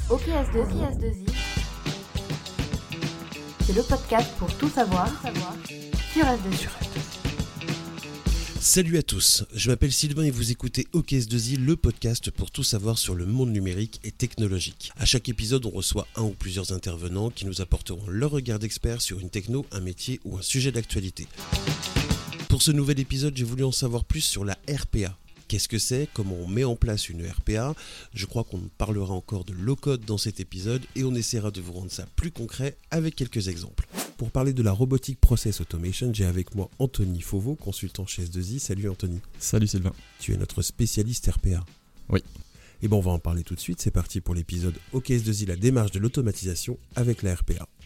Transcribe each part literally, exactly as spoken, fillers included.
O K S deux I, c'est le podcast pour tout savoir sur S deux I. Salut à tous, je m'appelle Sylvain et vous écoutez O K S deux I, le podcast pour tout savoir sur le monde numérique et technologique. À chaque épisode, on reçoit un ou plusieurs intervenants qui nous apporteront leur regard d'expert sur une techno, un métier ou un sujet d'actualité. Pour ce nouvel épisode, j'ai voulu en savoir plus sur la R P A. Qu'est-ce que c'est ? Comment on met en place une R P A ? Je crois qu'on parlera encore de low-code dans cet épisode et on essaiera de vous rendre ça plus concret avec quelques exemples. Pour parler de la Robotic Process Automation, j'ai avec moi Anthony Fauveau, consultant chez S deux I. Salut Anthony. Salut Sylvain. Tu es notre spécialiste R P A. Oui. Et bon, on va en parler tout de suite. C'est parti pour l'épisode O K S deux I, la démarche de l'automatisation avec la R P A.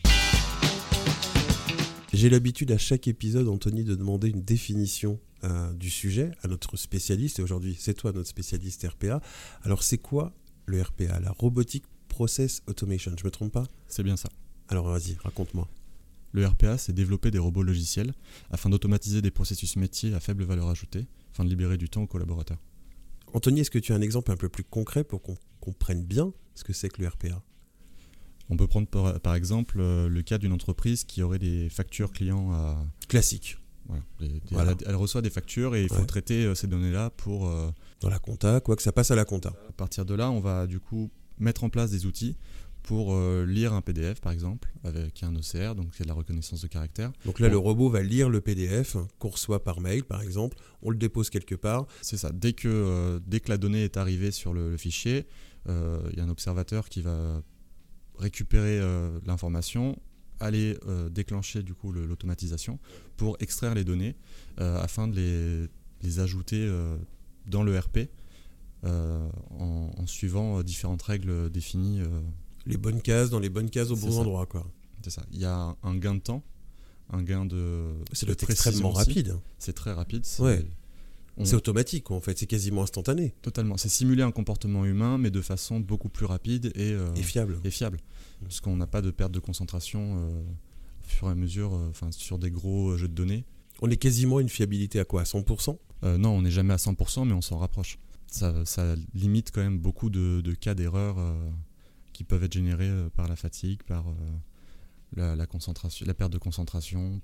J'ai l'habitude à chaque épisode, Anthony, de demander une définition euh, du sujet à notre spécialiste. Et aujourd'hui, c'est toi notre spécialiste R P A. Alors, c'est quoi le R P A, la Robotic Process Automation ? Je me trompe pas ? C'est bien ça. Alors, vas-y, raconte-moi. Le R P A, c'est développer des robots logiciels afin d'automatiser des processus métiers à faible valeur ajoutée, afin de libérer du temps aux collaborateurs. Anthony, est-ce que tu as un exemple un peu plus concret pour qu'on comprenne bien ce que c'est que le R P A ? On peut prendre par, par exemple euh, le cas d'une entreprise qui aurait des factures clients à... Classique. Voilà, des, des, Voilà. Elle, elle reçoit des factures et il faut Ouais. traiter euh, ces données-là pour... Euh, Dans la compta, quoi que ça passe à la compta. à partir de là, on va du coup mettre en place des outils pour euh, lire un P D F par exemple, avec un O C R, donc c'est de la reconnaissance de caractère. Donc là, Bon. le robot va lire le P D F qu'on reçoit par mail, par exemple. On le dépose quelque part. C'est ça, dès que, euh, dès que la donnée est arrivée sur le, le fichier, il euh, y a un observateur qui va récupérer euh, l'information, aller euh, déclencher du coup le, l'automatisation pour extraire les données euh, afin de les, les ajouter euh, dans le R P euh, en, en suivant différentes règles définies. Euh, Les bonnes cases, dans les bonnes cases au C'est bon ça. endroit, quoi. c'est ça. Il y a un gain de temps, un gain de. C'est de extrêmement précision aussi. rapide. C'est très rapide. C'est, Ouais. on- C'est automatique, quoi, en fait. C'est quasiment instantané Totalement. C'est simuler un comportement humain, mais de façon beaucoup plus rapide et, euh, et fiable. et fiable. Parce qu'on n'a pas de perte de concentration euh, au fur et à mesure euh, sur des gros jeux de données. On est quasiment à une fiabilité à quoi ? À cent pour cent ? Euh, non, on n'est jamais à cent pour cent, mais on s'en rapproche. Ça, ça limite quand même beaucoup de, de cas d'erreur euh, qui peuvent être générés euh, par la fatigue, par euh, la, la, concentration, la perte de concentration.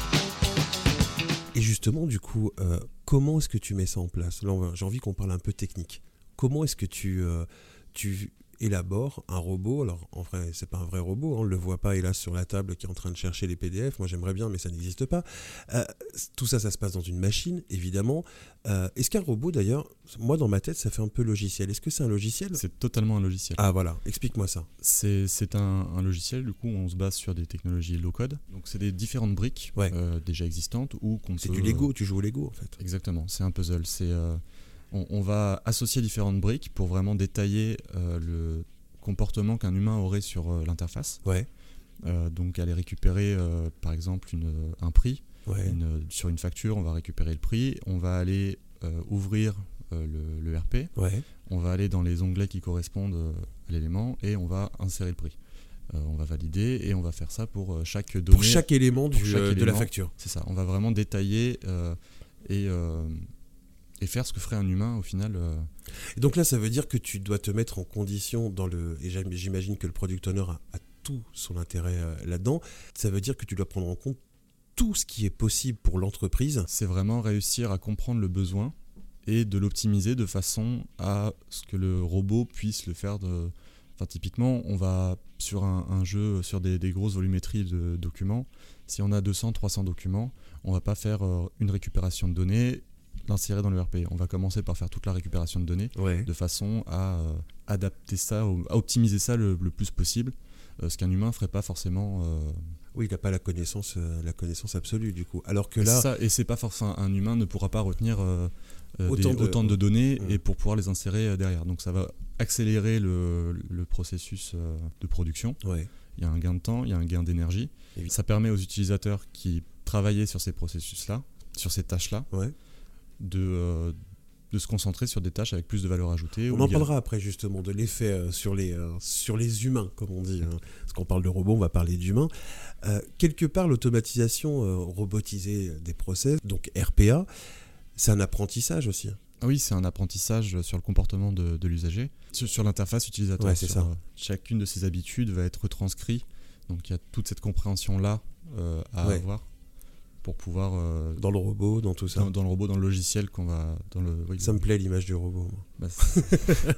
Et justement, du coup, euh, comment est-ce que tu mets ça en place ? Là, on va- j'ai envie qu'on parle un peu technique. Comment est-ce que tu, euh, tu élabores un robot ? Alors, en vrai, c'est pas un vrai robot, hein, on ne le voit pas, hélas, sur la table qui est en train de chercher les P D F. Moi, j'aimerais bien, mais ça n'existe pas. Euh, tout ça, ça se passe dans une machine, évidemment. Euh, est-ce qu'un robot, d'ailleurs, moi, dans ma tête, ça fait un peu logiciel. Est-ce que c'est un logiciel ? C'est totalement un logiciel. Ah, voilà, explique-moi ça. C'est, c'est un, un logiciel, du coup, on se base sur des technologies low-code. Donc, c'est des différentes briques Ouais. euh, déjà existantes ou qu'on C'est peut, du Lego, tu joues au Lego, en fait. Exactement, c'est un puzzle. C'est, euh, on, on va associer différentes briques pour vraiment détailler euh, le comportement qu'un humain aurait sur euh, l'interface. Ouais, Euh, donc aller récupérer euh, par exemple une, un prix. ouais. Une, sur une facture, on va récupérer le prix. On va aller euh, ouvrir euh, le, le R P. Ouais. On va aller dans les onglets qui correspondent euh, à l'élément et on va insérer le prix. Euh, on va valider et on va faire ça pour euh, chaque donnée. Pour chaque élément, du, pour chaque euh, de la élément. facture. C'est ça, on va vraiment détailler euh, et, euh, et faire ce que ferait un humain au final. Euh, Et donc là, ça veut dire que tu dois te mettre en condition dans le... Et j'im- j'imagine que le product owner a, a tout son intérêt euh, là-dedans. Ça veut dire que tu dois prendre en compte tout ce qui est possible pour l'entreprise. c'est vraiment réussir à comprendre le besoin et de l'optimiser de façon à ce que le robot puisse le faire. De... Enfin, typiquement, on va sur un, un jeu, sur des, des grosses volumétries de documents, si on a deux cents, trois cents documents, on ne va pas faire euh, une récupération de données, l'insérer dans le R P. On va commencer par faire toute la récupération de données Ouais. de façon à euh, adapter ça, au- à optimiser ça le, le plus possible, euh, ce qu'un humain ne ferait pas forcément. Euh, Oui, il n'a pas la connaissance, euh, la connaissance absolue, du coup. Alors que c'est là... ça, et c'est pas forcément un humain ne pourra pas retenir euh, euh, Autant des- de- autant de données Mm. et pour pouvoir les insérer euh, derrière. Donc ça va accélérer le, le processus euh, de production. Ouais. Il y a un gain de temps, il y a un gain d'énergie. Évidemment. Ça permet aux utilisateurs qui travaillaient sur ces processus-là, sur ces tâches-là, Ouais. de, euh, de se concentrer sur des tâches avec plus de valeur ajoutée. On où en il y a- parlera après, justement, de l'effet euh, sur, les, euh, sur les humains, comme on dit. Hein. Parce qu'on parle de robots, on va parler d'humains. Euh, quelque part, l'automatisation euh, robotisée des process, donc R P A, c'est un apprentissage aussi. Ah oui, c'est un apprentissage sur le comportement de, de l'usager, sur, sur l'interface utilisateur. Ouais, c'est sur, ça. Euh, chacune de ces habitudes va être retranscrite. Donc il y a toute cette compréhension-là euh, à Ouais. avoir pour pouvoir... euh, Dans le robot, dans tout ça. dans, dans le robot, dans le logiciel qu'on va... Dans le, oui, Ça me plaît l'image du robot. Moi. bah, c'est-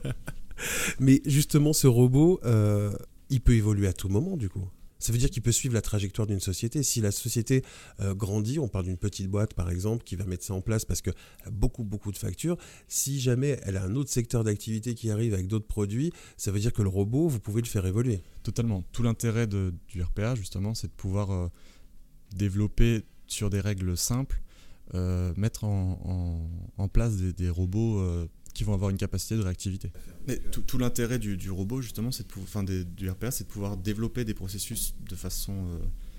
Mais justement, ce robot, euh, il peut évoluer à tout moment, du coup. Ça veut dire qu'il peut suivre la trajectoire d'une société. Si la société euh, grandit, on parle d'une petite boîte, par exemple, qui va mettre ça en place parce qu'elle a beaucoup, beaucoup de factures. Si jamais elle a un autre secteur d'activité qui arrive avec d'autres produits, ça veut dire que le robot, vous pouvez le faire évoluer. Totalement. Tout l'intérêt de, du R P A, justement, c'est de pouvoir euh, développer sur des règles simples, euh, mettre en, en, en place des, des robots euh, qui vont avoir une capacité de réactivité. Mais tout, tout l'intérêt du, du robot, justement, c'est de pou- enfin, des- du R P A, c'est de pouvoir développer des processus de façon euh,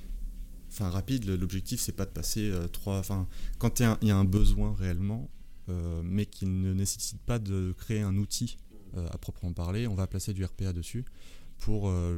enfin, rapide. L'objectif, c'est pas de passer euh, trois... Enfin, quand il y, y a un besoin réellement, euh, mais qui ne nécessite pas de créer un outil euh, à proprement parler, on va placer du R P A dessus pour euh,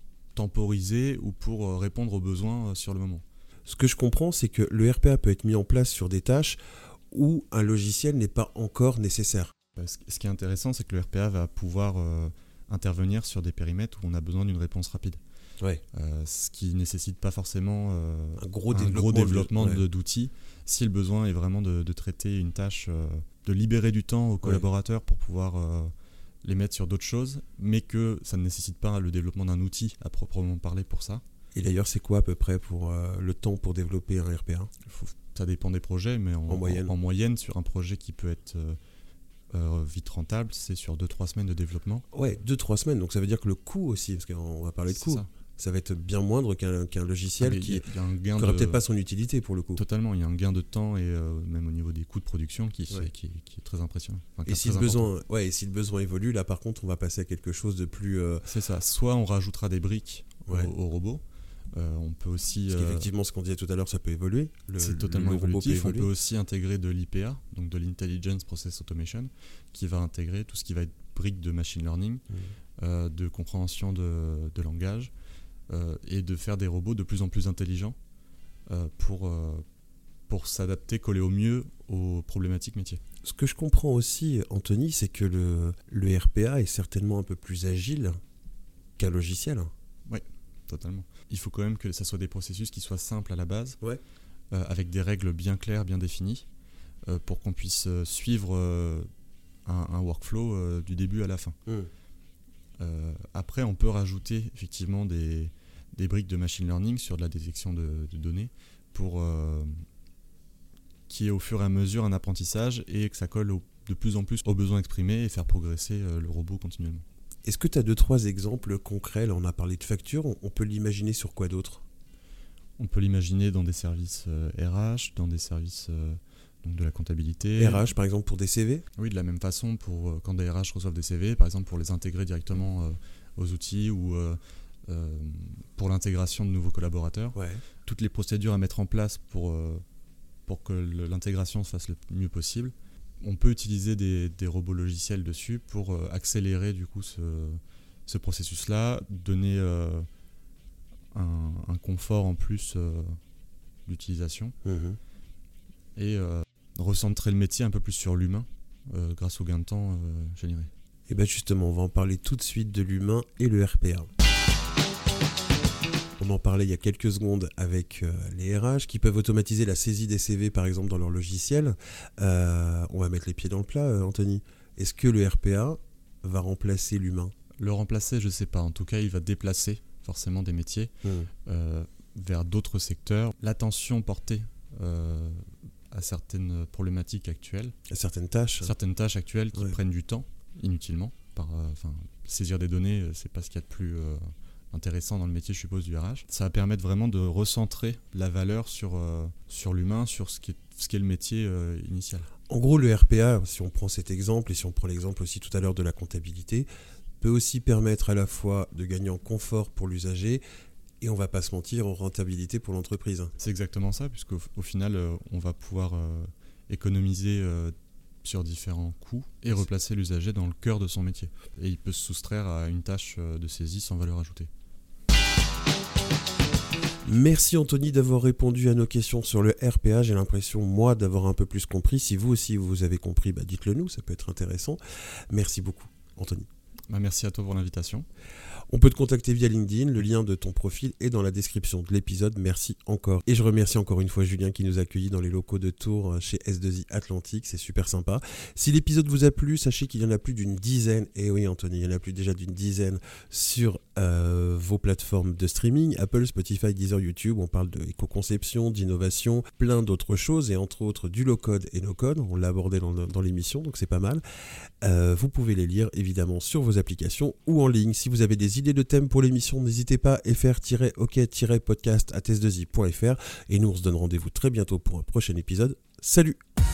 temporiser ou pour euh, répondre aux besoins euh, sur le moment. Ce que je comprends, c'est que le R P A peut être mis en place sur des tâches où un logiciel n'est pas encore nécessaire. Euh, Ce ce qui est intéressant, c'est que le R P A va pouvoir euh, intervenir sur des périmètres où on a besoin d'une réponse rapide. Ouais. Euh, ce qui ne nécessite pas forcément euh, Un gros un développement, gros développement de- de- d'outils. Si le besoin est vraiment de, de traiter une tâche, euh, de libérer du temps aux collaborateurs pour pouvoir euh, les mettre sur d'autres choses, mais que ça ne nécessite pas le développement d'un outil à proprement parler pour ça. Et d'ailleurs, c'est quoi à peu près pour euh, le temps pour développer un R P A ? Faut- ça dépend des projets, mais en, En moyenne. en, en moyenne, sur un projet qui peut être euh, euh, vite rentable, c'est sur deux trois semaines de développement. Ouais, deux trois semaines. Donc ça veut dire que le coût aussi, parce qu'on va parler de C'est coût, ça. ça va être bien moindre qu'un qu'un Ah, logiciel mais qui il y a- il y a un gain n'aurait de... peut-être pas son utilité pour le coup. Totalement, il y a un gain de temps et euh, même au niveau des coûts de production qui, Ouais. qui, qui est très impressionnant. Enfin, qui Et est si, très le important. besoin, ouais, et si le besoin évolue, là par contre, on va passer à quelque chose de plus... euh, C'est ça, soit on rajoutera des briques au- Ouais. au, robot, euh, on peut aussi... Parce euh, qu'effectivement, ce qu'on disait tout à l'heure, ça peut évoluer. Le, c'est totalement le robot peut évolutif, on peut évoluer. aussi intégrer de l'I P A, donc de l'Intelligence Process Automation, qui va intégrer tout ce qui va être briques de machine learning, Mmh. euh, de compréhension de, de langage, euh, et de faire des robots de plus en plus intelligents euh, pour, euh, pour s'adapter, coller au mieux aux problématiques métiers. Ce que je comprends aussi, Anthony, c'est que le, le R P A est certainement un peu plus agile qu'un logiciel. Totalement. Il faut quand même que ça soit des processus qui soient simples à la base, Ouais. euh, avec des règles bien claires, bien définies, euh, pour qu'on puisse euh, suivre euh, un, un workflow euh, du début à la fin. Mmh. Euh, après, on peut rajouter effectivement des, des briques de machine learning sur de la détection de, de données pour euh, qu'il y ait au fur et à mesure un apprentissage et que ça colle au- de plus en plus aux besoins exprimés et faire progresser euh, le robot continuellement. Est-ce que tu as deux, trois exemples concrets ? Là, on a parlé de factures, on, on peut l'imaginer sur quoi d'autre ? On peut l'imaginer dans des services euh, R H, dans des services euh, donc de la comptabilité. R H, par exemple, pour des C V ? Oui, de la même façon, pour, euh, quand des R H reçoivent des C V, par exemple pour les intégrer directement euh, aux outils ou euh, euh, pour l'intégration de nouveaux collaborateurs. Ouais. Toutes les procédures à mettre en place pour, euh, pour que le- l'intégration se fasse le mieux possible. On peut utiliser des, des robots logiciels dessus pour euh, accélérer du coup ce, ce processus-là, donner euh, un, un confort en plus euh, d'utilisation Mhm. et euh, recentrer le métier un peu plus sur l'humain euh, grâce au gain de temps euh, généré. Et bien justement, on va en parler tout de suite de l'humain et le R P A. On en parlait il y a quelques secondes avec euh, les R H qui peuvent automatiser la saisie des C V par exemple dans leur logiciel. Euh, on va mettre les pieds dans le plat, euh, Anthony. Est-ce que le R P A va remplacer l'humain ? Le remplacer, je ne sais pas. En tout cas, il va déplacer forcément des métiers Mmh. euh, vers d'autres secteurs. L'attention portée euh, à certaines problématiques actuelles, Certaines tâches. certaines tâches actuelles qui Ouais. prennent du temps inutilement. Par, euh, enfin, saisir des données, euh, c'est pas ce qu'il y a de plus euh, intéressant dans le métier, je suppose, du R H. Ça va permettre vraiment de recentrer la valeur sur, euh, sur l'humain, sur ce qui est, ce qui est le métier euh, initial. En gros, le R P A, si on prend cet exemple, et si on prend l'exemple aussi tout à l'heure de la comptabilité, peut aussi permettre à la fois de gagner en confort pour l'usager et on va pas se mentir, en rentabilité pour l'entreprise. C'est exactement ça, puisqu'au au final, euh, on va pouvoir euh, économiser euh, sur différents coûts et replacer l'usager dans le cœur de son métier. Et il peut se soustraire à une tâche euh, de saisie sans valeur ajoutée. Merci Anthony d'avoir répondu à nos questions sur le R P A. J'ai l'impression, moi, d'avoir un peu plus compris. Si vous aussi vous avez compris, bah dites-le nous, ça peut être intéressant. Merci beaucoup Anthony. Bah, merci à toi pour l'invitation. On peut te contacter via LinkedIn, le lien de ton profil est dans la description de l'épisode. Merci encore. Et je remercie encore une fois Julien qui nous a accueillis dans les locaux de Tours chez S deux I Atlantique, c'est super sympa. Si l'épisode vous a plu, sachez qu'il y en a plus d'une dizaine, et oui Anthony, il y en a plus déjà d'une dizaine sur euh, vos plateformes de streaming, Apple, Spotify, Deezer, YouTube. On parle de éco-conception, d'innovation, plein d'autres choses, et entre autres du low-code et no-code. On l'a abordé dans, dans l'émission, donc c'est pas mal. Euh, vous pouvez les lire évidemment sur vos applications ou en ligne. Si vous avez des idées de thèmes pour l'émission, n'hésitez pas, f r tiret ok tiret podcast arobase s deux i point f r, et nous on se donne rendez-vous très bientôt pour un prochain épisode. Salut!